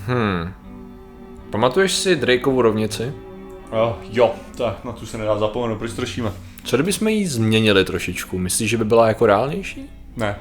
Pamatuješ si Drakeovu rovnici? Jo, tak na tu se nedá zapomenout, proč to řešíme? Co kdybychom ji změnili trošičku? Myslíš, že by byla jako reálnější? Ne.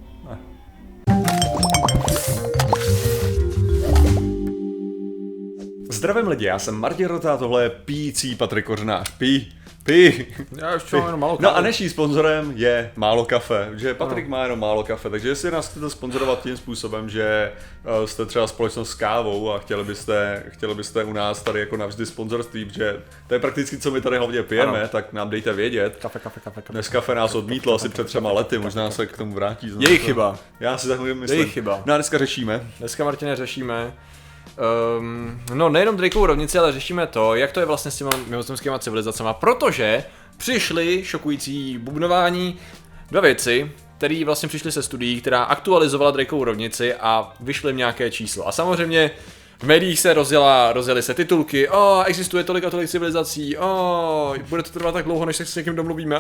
Zdravím lidi, já jsem Martin Rota, tohle je pijící Patrik Kořenář. Pí. Já ještě mám jenom málo No a dnešním sponzorem je Málo kafe, že Patrik má jenom Málo kafe, takže jestli nás chcete sponzorovat tím způsobem, že jste třeba společnost s kávou a chtěli byste u nás tady jako navždy sponzorství, že to je prakticky co my tady hlavně pijeme, ano. Tak nám dejte vědět. Kafe. Nescafe nás odmítlo asi před 3 lety, možná se k tomu vrátí. Jejich chyba. Já si takhle myslím. Jejich chyba. No a dneska řešíme. Dneska, Martine, řešíme no nejenom Drakeovu rovnici, ale řešíme to, jak to je vlastně s těma mimozemskýma civilizacema, protože přišly šokující bubnování 2 věci, které vlastně přišly se studií, která aktualizovala Drakeovu rovnici a vyšly nějaké číslo. A samozřejmě v médiích se rozjeli se titulky, existuje tolik a tolik civilizací, bude to trvat tak dlouho, než se s někým domluvíme,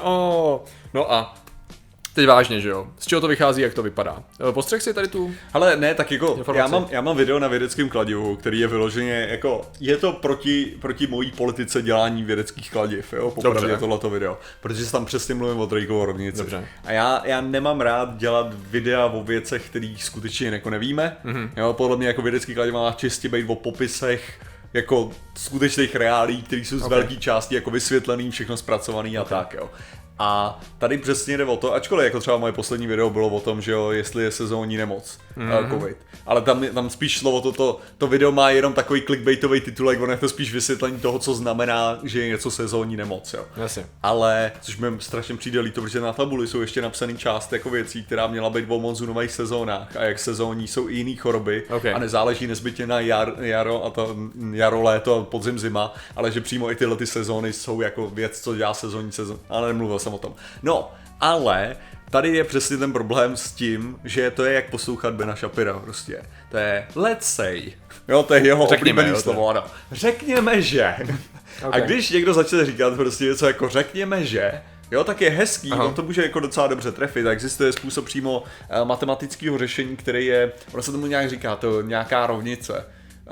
no a teď vážně, že jo? Z čeho to vychází, jak to vypadá? Postřeh si tady tu? Ale ne, tak jako já mám video na vědeckém kladivu, který je vyloženě jako, je to proti mojí politice dělání vědeckých kladiv, jo? Popravdě tohleto video, protože se tam přesně mluvím o Drakeovo rovnici. Dobře. A já nemám rád dělat videa o věcech, kterých skutečně jako nevíme, jo? Podle mě jako vědecký kladiv má čistě být o popisech jako skutečných reálí, které jsou z velké části jako vysvětlený, všechno zpracovaný a tak, jo. A tady přesně jde o to, ačkoliv jako třeba moje poslední video bylo o tom, že jo, jestli je sezónní nemoc, covid. Ale tam spíš šlo o to video má jenom takový clickbaitový titulek, ono je to spíš vysvětlení toho, co znamená, že je něco sezónní nemoc, jo. Jasně. Ale, což mi strašně přijde líto, protože na tabuli jsou ještě napsaný část jako věcí, která měla být o monzunových sezónách a jak sezónní jsou i jiný choroby a nezáleží nezbytně na jaro a to jaro, léto, podzim, zima, ale že přímo i tyhle ty sezóny jsou jako věc, co dělá sezónní sezon, ale nemluvil jsem o tom. No, ale tady je přesně ten problém s tím, že to je jak poslouchat Bena Shapira prostě. To je let's say. Jo, to je jeho oblíbený slovo, ano. Řekněme, že. A když někdo začne říkat prostě něco jako řekněme, že, jo, tak je hezký, on to může jako docela dobře trefit. Existuje způsob přímo matematického řešení, který je, ono se tomu nějak říká, to nějaká rovnice.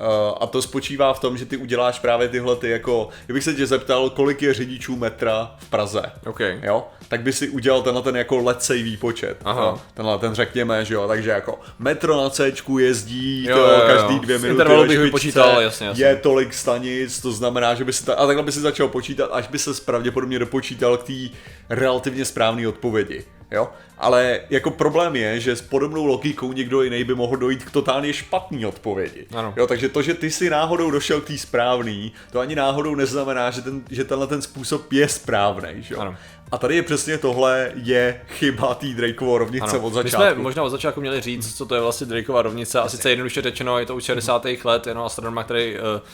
A to spočívá v tom, že ty uděláš právě tyhle ty jako, kdybych se tě zeptal, kolik je řidičů metra v Praze, jo, tak by si udělal tenhle ten jako lecej výpočet, jo? Tenhle ten řekněme, že jo, takže jako metro na Cčku jezdí každý 2 minuty ve špičce, jasně. Je tolik stanic, to znamená, že by si a takhle by si začal počítat, až by se pravděpodobně dopočítal k té relativně správné odpovědi. Jo? Ale jako problém je, že s podobnou logikou někdo jiný by mohl dojít k totálně špatný odpovědi. Jo, takže to, že ty si náhodou došel k té správný, to ani náhodou neznamená, že tenhle ten způsob je správnej. A tady je přesně tohle je chyba té Drakeovo rovnice od začátku. My jsme možná od začátku měli říct, co to je vlastně Drakeova rovnice, a sice jednoduše řečeno, je to už 60. let, jenom astronoma, který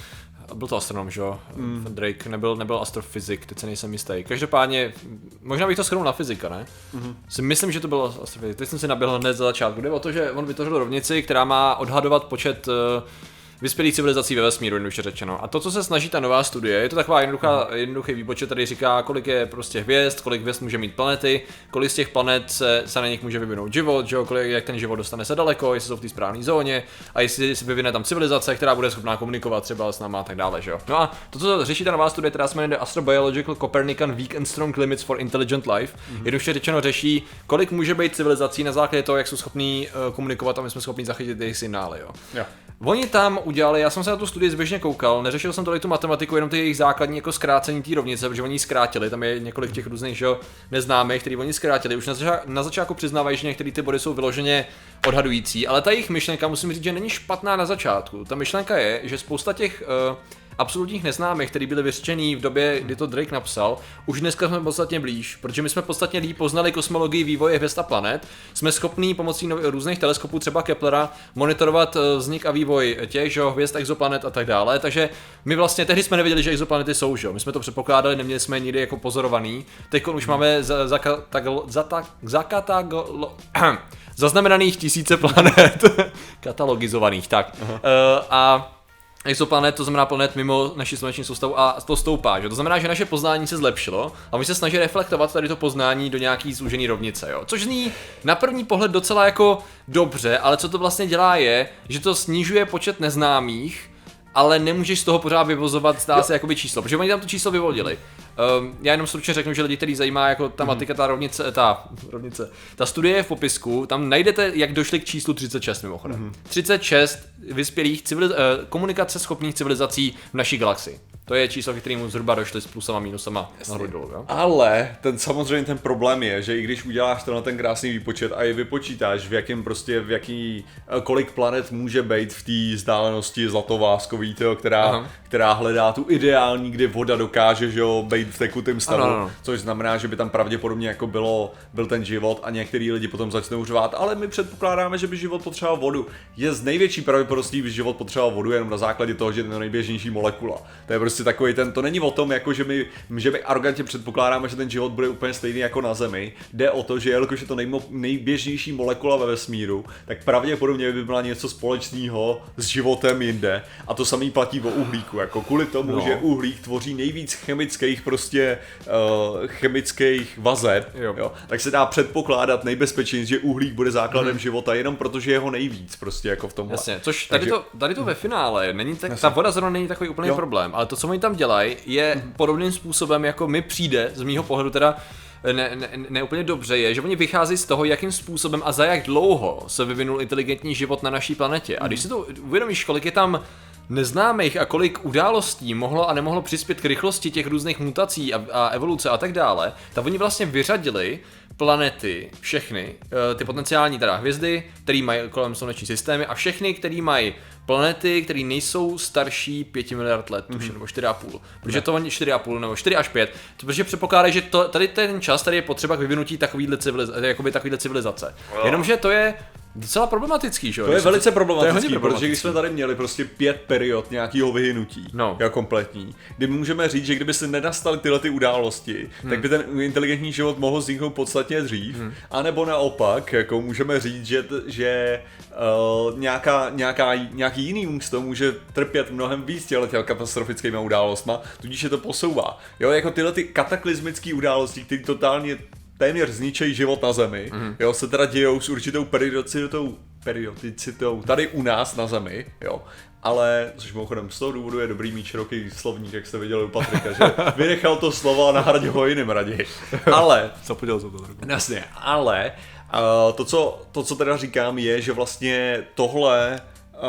byl to astronom, že jo? Drake nebyl astrofyzik, teď se nejsem jistý. Každopádně, možná bych to shrnul na fyzika, ne? Si myslím, že to byl astrofyzik. Teď jsem si naběhl hned za začátku. Jde o to, že on vytvořil rovnici, která má odhadovat počet vyspělých civilizací ve vesmíru, jednoduše řečeno. A to, co se snaží ta nová studie, je to taková jednoduchý výpočet, tady říká, kolik je prostě hvězd, kolik hvězd může mít planety, kolik z těch planet se na nich může vyvinout život, že jo, jak ten život dostane se daleko, jestli jsou v té správné zóně a jestli se vyvine tam civilizace, která bude schopná komunikovat třeba s náma a tak dále, že jo. No a to, co řeší ta nová studie, která se jmenuje Astrobiological Copernican Weak and Strong Limits for Intelligent Life, jednoduše řečeno řeší, kolik může být civilizací na základě toho, jak jsou schopní komunikovat a my jsme schopni zachytit jejich signály, jo. Oni tam udělali, já jsem se na tu studii zběžně koukal, neřešil jsem tolik tu matematiku, jenom ty jejich základní jako zkrácení té rovnice, protože oni ji zkrátili, tam je několik těch různých neznámých, který oni zkrátili. Už na začátku přiznávají, že některé ty body jsou vyloženě odhadující, ale ta jejich myšlenka, musím říct, že není špatná na začátku. Ta myšlenka je, že spousta těch absolutních neznámých, který byly vyřčený v době, kdy to Drake napsal, už dneska jsme podstatně blíž, protože my jsme podstatně líp poznali kosmologii vývoje hvězd a planet. Jsme schopní pomocí různých teleskopů, třeba Keplera, monitorovat vznik a vývoj těch hvězd, exoplanet a tak dále. Takže my vlastně tehdy jsme nevěděli, že exoplanety jsou, že? My jsme to předpokládali, neměli jsme je nikdy jako pozorovaný. Teď už máme zaznamenaných tisíce planet, katalogizovaných, tak. exoplanet, to znamená planet mimo naši sluneční soustavu a to stoupá, že? To znamená, že naše poznání se zlepšilo a my se snaží reflektovat tady to poznání do nějaký zúžený rovnice, jo? Což zní na první pohled docela jako dobře, ale co to vlastně dělá je, že to snižuje počet neznámých, ale nemůžeš z toho pořád vyvozovat, zdá se, jakoby číslo, protože oni tam to číslo vyvodili. Já jenom stručně řeknu, že lidi, který zajímá jako ta matika, ta studie je v popisku, tam najdete, jak došli k číslu 36 mimochodem. 36 vyspělých komunikace schopných civilizací v naší galaxii. To je číslo, k kterému zhruba došli s plusama a mínusama nahoru dolů, jo? Ale samozřejmě ten problém je, že i když uděláš ten krásný výpočet a i vypočítáš, kolik planet může být v té vzdálenosti zlatováskový, která hledá tu ideální, kdy voda dokáže, že jo, být v tekutém stavu, což znamená, že by tam pravděpodobně jako byl ten život a některý lidi potom začnou řvát, ale my předpokládáme, že by život potřeboval vodu. Je z největší pravděpodobností, že život potřeboval vodu jenom na základě toho, že je to nejběžnější molekula. To je prostě takový to není o tom, jako že my arrogantně předpokládáme, že ten život bude úplně stejný jako na Zemi. Jde o to, že jelikož je to nejběžnější molekula ve vesmíru, tak pravděpodobně by byla něco společného s životem jinde. A to samý platí o uhlíku, jako kvůli tomu, že uhlík tvoří nejvíc chemických vazeb, jo, tak se dá předpokládat nejbezpečněji, že uhlík bude základem života jenom protože je ho nejvíc prostě jako v tomhle. Jasně, což tady to ve finále není tak, ta voda zrovna není takový úplný problém, ale to, co oni tam dělají, je podobným způsobem, jako mi přijde z mýho pohledu teda ne úplně dobře je, že oni vychází z toho, jakým způsobem a za jak dlouho se vyvinul inteligentní život na naší planetě. A když si to uvědomíš, kolik je tam neznámých a kolik událostí mohlo a nemohlo přispět k rychlosti těch různých mutací a evoluce a tak dále, tak oni vlastně vyřadili planety, všechny, ty potenciální teda hvězdy, které mají kolem sluneční systémy a všechny, které mají planety, které nejsou starší 5 miliard let, tuším, nebo 4,5. Protože to oni 4,5 nebo 4 až 5, protože předpokládají, že tady ten čas tady je potřeba k vyvinutí takovýhle civilizace. Jenomže to je docela problematický, že jo? To je velice problematický, protože když jsme tady měli prostě 5 period nějakého vyhynutí, jako kompletní, kdy můžeme říct, že kdyby se nenastaly tyhle ty události, tak by ten inteligentní život mohl vzniknout podstatně dřív, anebo naopak, jako můžeme říct, že nějaký jiný místo může trpět mnohem víc těmi katastrofickými událostma, tudíž je to posouvá. Jo, jako tyhle ty kataklizmické události, které totálně téměř zničejí život na Zemi, jo, se teda dějou s určitou periodicitou tady u nás na Zemi, jo. Ale, což mimochodem z toho důvodu je dobrý mít široký slovník, jak jste viděli u Patrika, že vynechal to slovo a nahradil ho jiným raději. Ale, jasně, ale to, co teda říkám, je, že vlastně tohle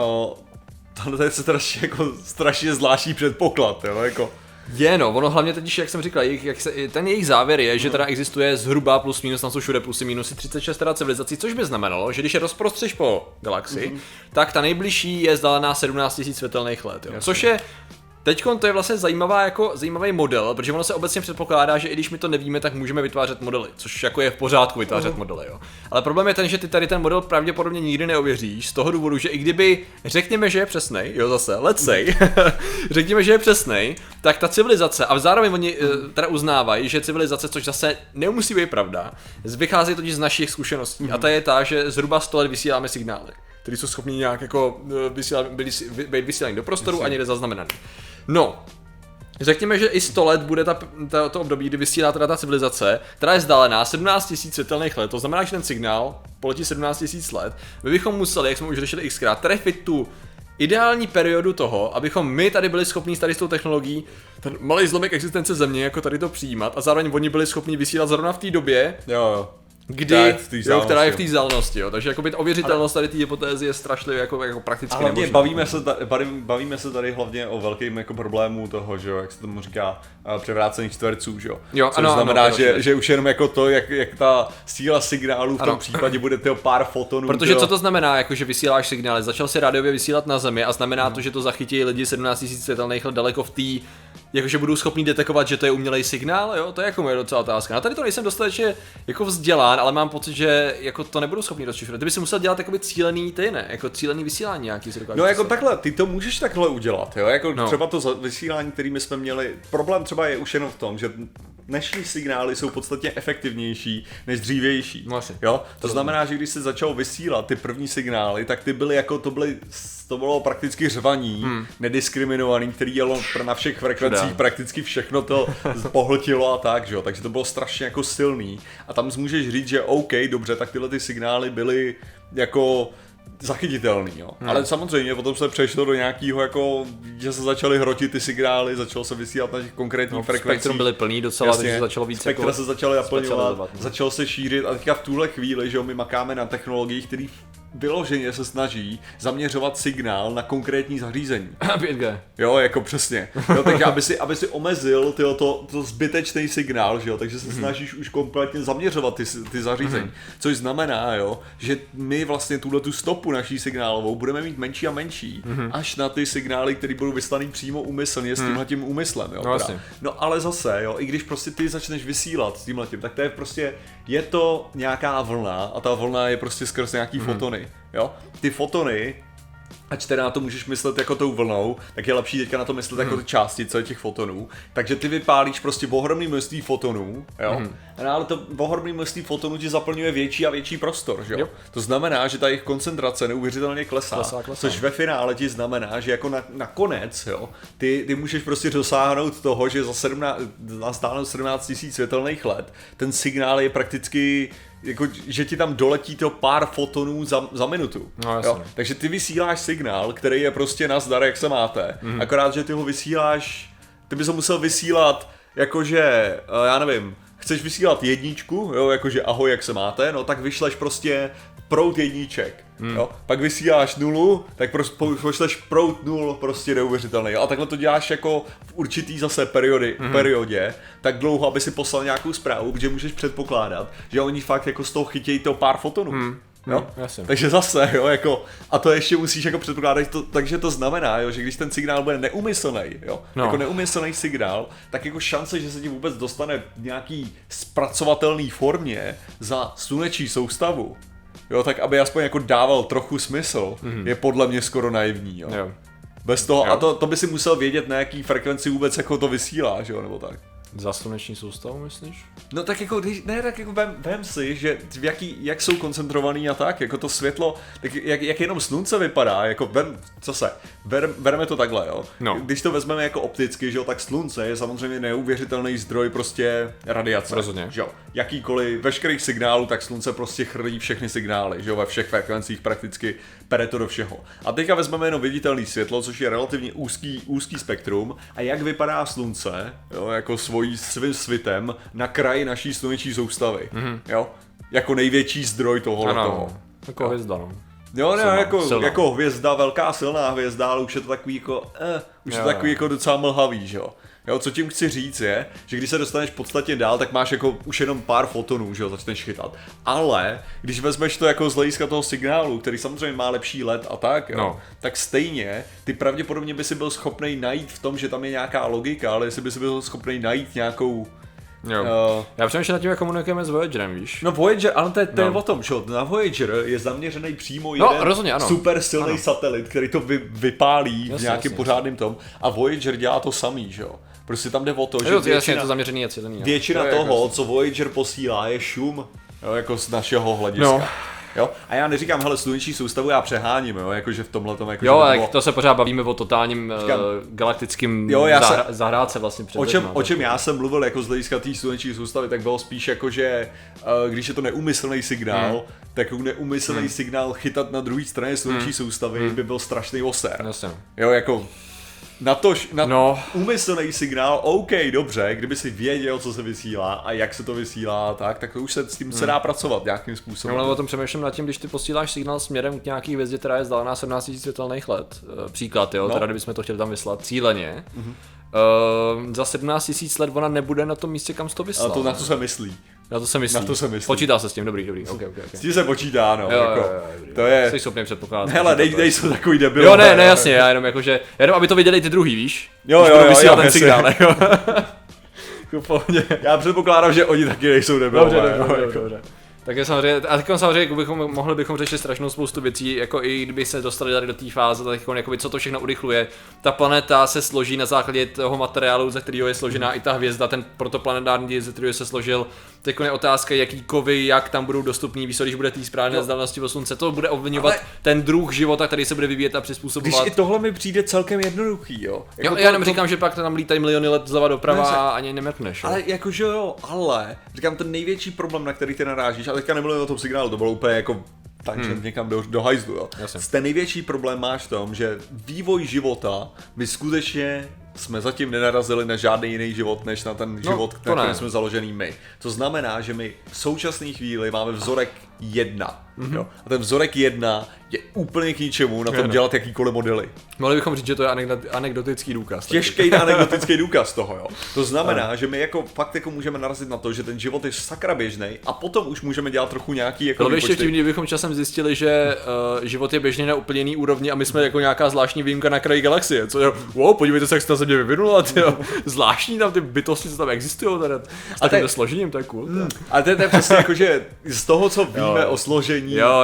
je strašně zvláštní předpoklad, jo, jako. Ono hlavně teď, jak jsem říkal, ten jejich závěr je, že teda existuje zhruba plus minus, tam jsou všude plusy minusy 36 teda civilizací, což by znamenalo, že když je rozprostřeš po galaxii, tak ta nejbližší je vzdálená 17 000 světelných let, jo. Což je teďkon to je vlastně zajímavý model, protože ono se obecně předpokládá, že i když my to nevíme, tak můžeme vytvářet modely, což jako je v pořádku vytvářet modely, jo. Ale problém je ten, že ty tady ten model pravděpodobně nikdy neověříš z toho důvodu, že i kdyby řekněme, že je přesnej, jo zase, let's say, řekněme, že je přesnej, tak ta civilizace, a zároveň oni teda uznávají, že civilizace, což zase nemusí být pravda, vychází totiž z našich zkušeností a ta je ta, že zhruba 100 let vysíláme signály, které jsou schopní nějak jako být vysílání do prostoru a někde zaznamenaný. No, řekněme, že i 100 let bude to období, kdy vysílá teda ta civilizace, která je vzdálená 17 000 světelných let, to znamená, že ten signál poletí 17 000 let, my bychom museli, jak jsme už řešili xkrát, trefit tu ideální periodu toho, abychom my tady byli schopni tady s tou technologií ten malý zlomek existence Země jako tady to přijímat a zároveň oni byli schopni vysílat zrovna v té době, která je v té vzdálenosti, jo. Takže jakoby ověřitelnost tady té hypotézy je strašlivě jako prakticky nemožná. Bavíme se tady hlavně o velkým jako problému toho, že jo, jak se tomu říká, převrácených čtverců, že jo. Což znamená, že už jenom jako to, jak ta síla signálu v tom případě bude pár fotonů. Protože co to znamená, jako že vysíláš signály, začal si rádiově vysílat na Zemi a znamená to, že to zachytí lidi 17 000 světelných let daleko v té, jakože budou schopni detekovat, že to je umělej signál, jo, to je jako moje docela otázka. A tady to nejsem dostatečně jako vzdělán, ale mám pocit, že jako to nebudou schopni rozšifrovat. Ty by si musel dělat takový cílený jako cílený vysílání nějaký, si dokážeš. No jako takhle, ty to můžeš takhle udělat, jo, jako třeba to vysílání, který my jsme měli, problém třeba je už jenom v tom, že dnešní signály jsou podstatně efektivnější než dřívější. Vlastně. Jo? To znamená, že když se začalo vysílat ty první signály, tak ty byly jako, to bylo prakticky řvaní, nediskriminovaný, který jelo na všech frekvencích, prakticky všechno to pohltilo a tak, že jo? Takže to bylo strašně jako silný. A tam můžeš říct, že OK, dobře, tak tyhle ty signály byly jako zachytitelný, jo. Ale samozřejmě potom se přešlo do nějakého jako, že se začaly hrotit ty signály, začalo se vysílat na těch konkrétních frekvencích. Spektrum byly plný docela, takže se začalo víc spektra jako se začaly naplňovat, začalo se šířit a teďka v tuhle chvíli, že jo, my makáme na technologiích, které vyloženě se snaží zaměřovat signál na konkrétní zařízení. 5G. Jo, jako přesně. Jo, takže aby si omezil to zbytečný signál, že jo, takže se snažíš už kompletně zaměřovat ty zařízení. Což znamená, jo, že my vlastně tu stopu naší signálovou budeme mít menší a menší, až na ty signály, které budou vyslaný přímo úmyslně s tímhletím úmyslem, jo. No ale zase, jo, i když prostě ty začneš vysílat s tímhletím, tak to je prostě, je to nějaká vlna a ta vlna je prostě skrz nějaký fotony. Jo? Ty fotony, ač teda na to můžeš myslet jako tou vlnou, tak je lepší teďka na to myslet jako ty částice těch fotonů. Takže ty vypálíš prostě ohromný množství fotonů, jo? Ale to ohromný množství fotonů ti zaplňuje větší a větší prostor, že jo? To znamená, že ta jejich koncentrace neuvěřitelně klesá. Což ve finále ti znamená, že jako nakonec, jo, ty můžeš prostě dosáhnout toho, že za vzdálenost 17 000 světelných let ten signál je prakticky jako, že ti tam doletí to pár fotonů za minutu. No, jo? Takže ty vysíláš signál, který je prostě nazdar, jak se máte. Akorát, že ty ho vysíláš, ty bys ho musel vysílat jakože, já nevím, chceš vysílat jedničku, jo, jakože ahoj, jak se máte, no tak vyšleš prostě proud jedniček. Jo? Pak vysíláš nulu, tak pošleš proud nul prostě neuvěřitelný. A takhle to děláš jako v určitý zase periodě, tak dlouho, aby si poslal nějakou zprávu, protože můžeš předpokládat, že oni fakt jako z toho chytějí to pár fotonů. Jo? Takže zase, jo, jako, a to ještě musíš jako předpokládat, takže to znamená, jo, že když ten signál bude neumyslný, jo, jako neumyslný signál, tak jako šance, že se ti vůbec dostane v nějaký zpracovatelný formě za slunečí soustavu, jo, tak aby aspoň jako dával trochu smysl, je podle mě skoro naivní, jo. Bez toho, a to by si musel vědět, na jaký frekvenci vůbec jako to vysíláš, jo, nebo tak. Za sluneční soustavu, myslíš? No tak jako, tak jako vem si, že jak jsou koncentrovaný a tak, jako to světlo, tak jak jenom slunce vypadá, jako bereme to takhle, jo. No. Když to vezmeme jako opticky, že jo, tak slunce je samozřejmě neuvěřitelný zdroj prostě radiace. Rozhodně. Že jo. Jakýkoliv, veškerých signálů, tak slunce prostě chrlí všechny signály, že jo, ve všech frekvencích prakticky pere to do všeho. A teďka vezmeme jenom viditelné světlo, což je relativně úzký spektrum, a jak vypadá slunce, jo, jako svým svitem na kraji naší sluneční soustavy, jo, jako největší zdroj toho. Jako hvězda, no. Jo, ne, jako hvězda, velká silná hvězda, ale už je to takový jako, takový jako docela mlhavý, že jo. Jo, co tím chci říct je, že když se dostaneš podstatně dál, tak máš jako už jenom pár fotonů, že jo, začneš chytat. Ale když vezmeš to jako z hlediska toho signálu, který samozřejmě má lepší LED a tak, jo, tak stejně ty pravděpodobně by si byl schopnej najít v tom, že tam je nějaká logika, ale jestli by si byl schopnej najít nějakou. Já přemýšlím nad tím, jak komunikujeme s Voyagerem, víš? No Voyager, ale to je o tom, že na Voyager je zaměřený přímo jeden super silný satelit, který to vypálí v nějakém pořádném tom, a Voyager dělá to samý, že jo. Prostě tam jde o to, že většina toho, co Voyager posílá, je šum, jo, jako z našeho hlediska. No. Jo? A já neříkám, hele, sluneční soustavu já přeháním, jo, jakože v tomhletom, jako jo, ale to se pořád bavíme o totálním galaktickým zahrádce vlastně před o čem já jsem mluvil jako z hlediska té sluneční soustavy, tak bylo spíš jako, že když je to neúmyslný signál, tak neúmyslný signál chytat na druhé straně sluneční soustavy by byl strašný oser. Jo, jako úmyslný signál, OK, dobře, kdyby si věděl, co se vysílá a jak se to vysílá, tak to už se s tím se dá pracovat nějakým způsobem. No, ale o tom přemýšlím nad tím, když ty posíláš signál směrem k nějaký hvězdě, která je vzdálená 17 000 světelných let. Příklad, jo, teda kdybychom to chtěli tam vyslat cíleně. Za 17 000 let ona nebude na tom místě, kam jsi to vyslal. A to na to se myslí. Na to se myslí. Počítá se s tím, dobrý. Okay. S tím se počítá, no. Jo, to je. Jsi schopný předpokládat. Hele, nejsou takový debil. Jo, ne, jasně, já jenom aby to viděli ty druhý, víš? Jo, ten signál, Já předpokládám, že oni taky nejsou debilové. Dobře. Tak je samozřejmě mohli bychom řešit strašnou spoustu věcí, jako i kdyby se dostali tady do té fáze, tak jako co to všechno urychluje. Ta planeta se složí na základě toho materiálu, ze kterého je složená i ta hvězda, ten protoplanetární děj, ze kterého se složil. Teď je otázka, jaký kovy, jak tam budou dostupný, víš, když bude té správné vzdálenosti od slunce, to bude ovlivňovat ten druh života, který se bude vyvíjet a přizpůsobovat. Když i tohle mi přijde celkem jednoduchý, jo. Jako já jenom říkám, že pak tam lítají miliony let zleva doprava a ani nemrkneš. Ale jakože jo, ale říkám, ten největší problém, na který ty narážíš, a teďka nemluvím o tom signálu, to bylo úplně jako tangent někam do hajzlu, jo. Ten největší problém máš v tom, že vývoj života, my skutečně jsme zatím nenarazili na žádný jiný život, než na ten život, na kterém jsme založený my. To znamená, že my v současné chvíli máme vzorek 1. Jo? A ten vzorek 1 je úplně k ničemu na tom dělat jakýkoliv modely. Mohli bychom říct, že to je anekdotický důkaz. Těžký anekdotický důkaz toho, jo. To znamená, že my jako fakt jako můžeme narazit na to, že ten život je sakra běžnej a potom už můžeme dělat trochu nějaký jako výpočty. Ještě vtipný, kdybychom časem zjistili, že život je běžný na úplně jiný úrovni a my jsme jako nějaká zvláštní výjimka na kraji galaxie. Co je, podívejte se, jak se ta země vyvinula, tyjo. Zvláštní tam ty bytosti, co tam existují, teda s takovým složením, to je cool. A to je přesně jako, že z toho, co víme o složení, jo.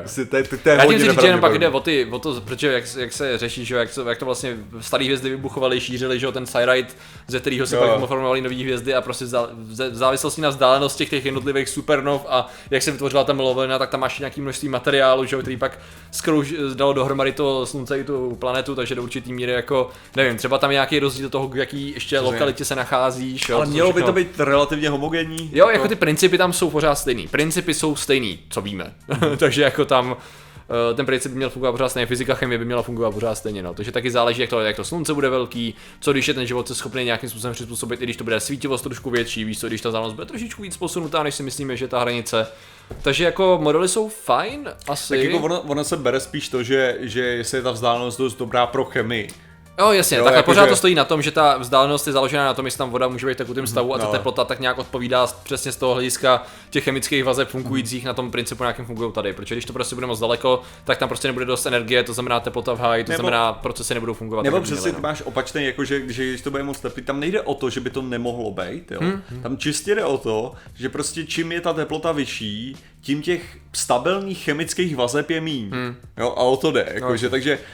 Já tím si říct, že jenom pak jde o to, protože jak se řeší, že jak to vlastně staré hvězdy vybuchovaly, šířily, že ten Cyrite, ze kterého se pak formovaly nové hvězdy a prostě v závislosti na vzdálenosti těch jednotlivých supernov a jak se vytvořila ta melovina, tak tam máš nějaký množství materiálu, že který pak dalo dohromady to slunce i tu planetu, takže do určitý míry jako, nevím, třeba tam nějaký rozdíl toho, v jaký ještě lokalitě se nacházíš. Ale mělo by to být relativně homogenní. Jo, jako ty principy tam jsou pořád stejný. Principy jsou stejný, co víme. Takže jako tam ten princip by měl fungovat pořád stejně, fyzika, chemie by měla fungovat pořád stejně, no. Takže taky záleží, jak to slunce bude velký, co když je ten život se schopný nějakým způsobem přizpůsobit, i když to bude svítivost trošku větší, víš co, když ta vzdálenost bude trošičku víc posunutá, než si myslíme, že ta hranice. Takže jako modely jsou fajn, asi. Tak jako ono se bere spíš to, že jestli je ta vzdálenost dost dobrá pro chemii. Jo, jasně, takhle jako pořád to stojí na tom, že ta vzdálenost je založená na tom, jestli tam voda může být v takovém stavu a ta teplota tak nějak odpovídá přesně z toho hlediska těch chemických vazeb fungujících na tom principu, nějakým fungují tady. Protože když to prostě bude moc daleko, tak tam prostě nebude dost energie, to znamená teplota v háji, to znamená procesy nebudou fungovat. Nebo přesně máš opačný, jakože když to bude moc teplý, tam nejde o to, že by to nemohlo být, jo. Tam čistě jde o to, že prostě čím je ta teplota vyšší, tím těch stabilních chemických vazeb je míň. Jo, a o to jde, jakože,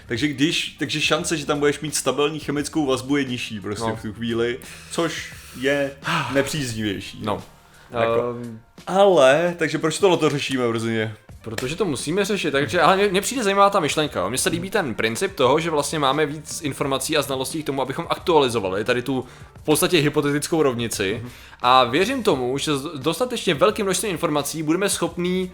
takže šance, že tam budeš mít stabilní chemickou vazbu je nižší prostě v tu chvíli, což je nepříznivější. No. Jako. Ale, takže proč tohle řešíme hrozně? Protože to musíme řešit, takže ale mně přijde zajímavá ta myšlenka. Mně se líbí ten princip toho, že vlastně máme víc informací a znalostí k tomu, abychom aktualizovali tady tu v podstatě hypotetickou rovnici. A věřím tomu, že s dostatečně velkým množstvím informací budeme schopní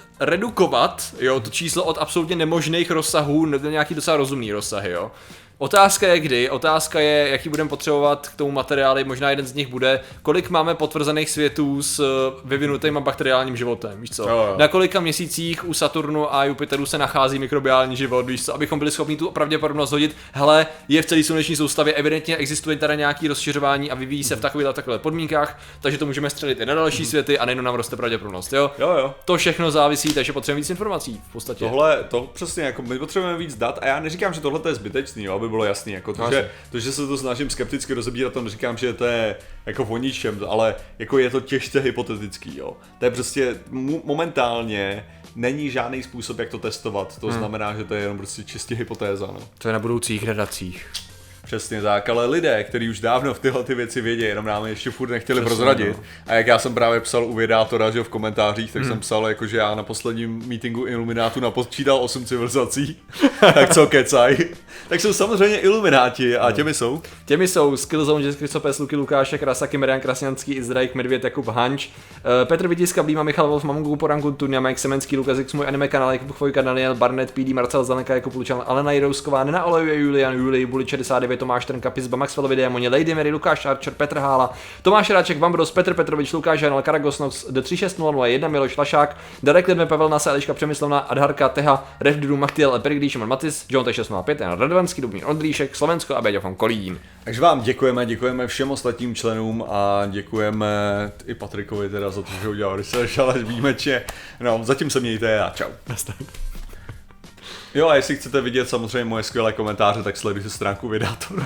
redukovat to číslo od absolutně nemožných rozsahů na nějaký docela rozumný rozsahy, jo. Otázka je kdy, otázka je, jaký budeme potřebovat k tomu materiály, možná jeden z nich bude, kolik máme potvrzených světů s vyvinutým bakteriálním životem, víš co? Jo. Na kolika měsících u Saturnu a Jupiteru se nachází mikrobiální život, víš co? Abychom byli schopni tu pravděpodobnost hodit, hele, je v celé sluneční soustavě, evidentně existuje tady nějaký rozšiřování a vyvíjí se v takových podmínkách, takže to můžeme střelit i na další světy a nejenom nám roste pravděpodobnost, jo? Jo. To všechno závisí, takže potřebujeme víc informací v podstatě. To přesně, jako my potřebujeme víc dat a já neříkám, že tohle je zbytečný, jo, aby bylo jasný, jako to, že se to snažím skepticky rozebírat, to neříkám, že to je jako o ničem, ale jako je to těžce hypotetický, jo. To je prostě momentálně není žádný způsob, jak to testovat, to znamená, že to je jenom prostě čistě hypotéza, no. To je na budoucích redacích. Přesně tak, ale lidé, kteří už dávno v tyhle ty věci vědí, jenom nám ještě furt nechtěli prozradit. A jak já jsem právě psal u Vědátora, že v komentářích, tak jsem psal, jako, že já na posledním meetingu Iluminátu napočítal 8 civilizací, tak co kecaj. Tak jsou samozřejmě Ilumináti a těmi jsou? Těmi jsou Skillzone, Jess Krysopes, Luky Lukášek, Rasaki, Marian Krasňanský, Izraik, Medvěd, Jakub Hanč, Petr Vytiska, Blíma, Michal Wolf, Mamungu, Poranku, Tunia, Mike Semenský, Lukas X, můj anime kanál, Jakub Chvojka, Daniel, Barnett, PD, Marcel Zaneka, Jakub Lučan, Alena Jirousková, Nena Olejuje, Julian, Julij, Buli 69, Tomáš Trnka, Pizba, Maxwellovi Démoně, Lady Mary, Lukáš Archer, Petr Hála, Tomáš Ráček, Vambros, Petr Petrovič, Lukáš Janel, Karagosnox, D36001, Miloš Lašák, Darek Lidme, Pavel Nasa, Eliška Přemyslovna, Adharka, Teha, Revdudu, Machtiel, Eperikdý, Šimon Matis, John T605, Jan Radovanský, Dubín Ondříšek, Slovensko a Béďa Kolín. Takže vám děkujeme všem ostatním členům a děkujeme i Patrikovi teda za to, že udělal research, ale výjimečně, no zatím se mějte a čau. Jo, a jestli chcete vidět samozřejmě moje skvělé komentáře, tak sledujte stránku Vědátora.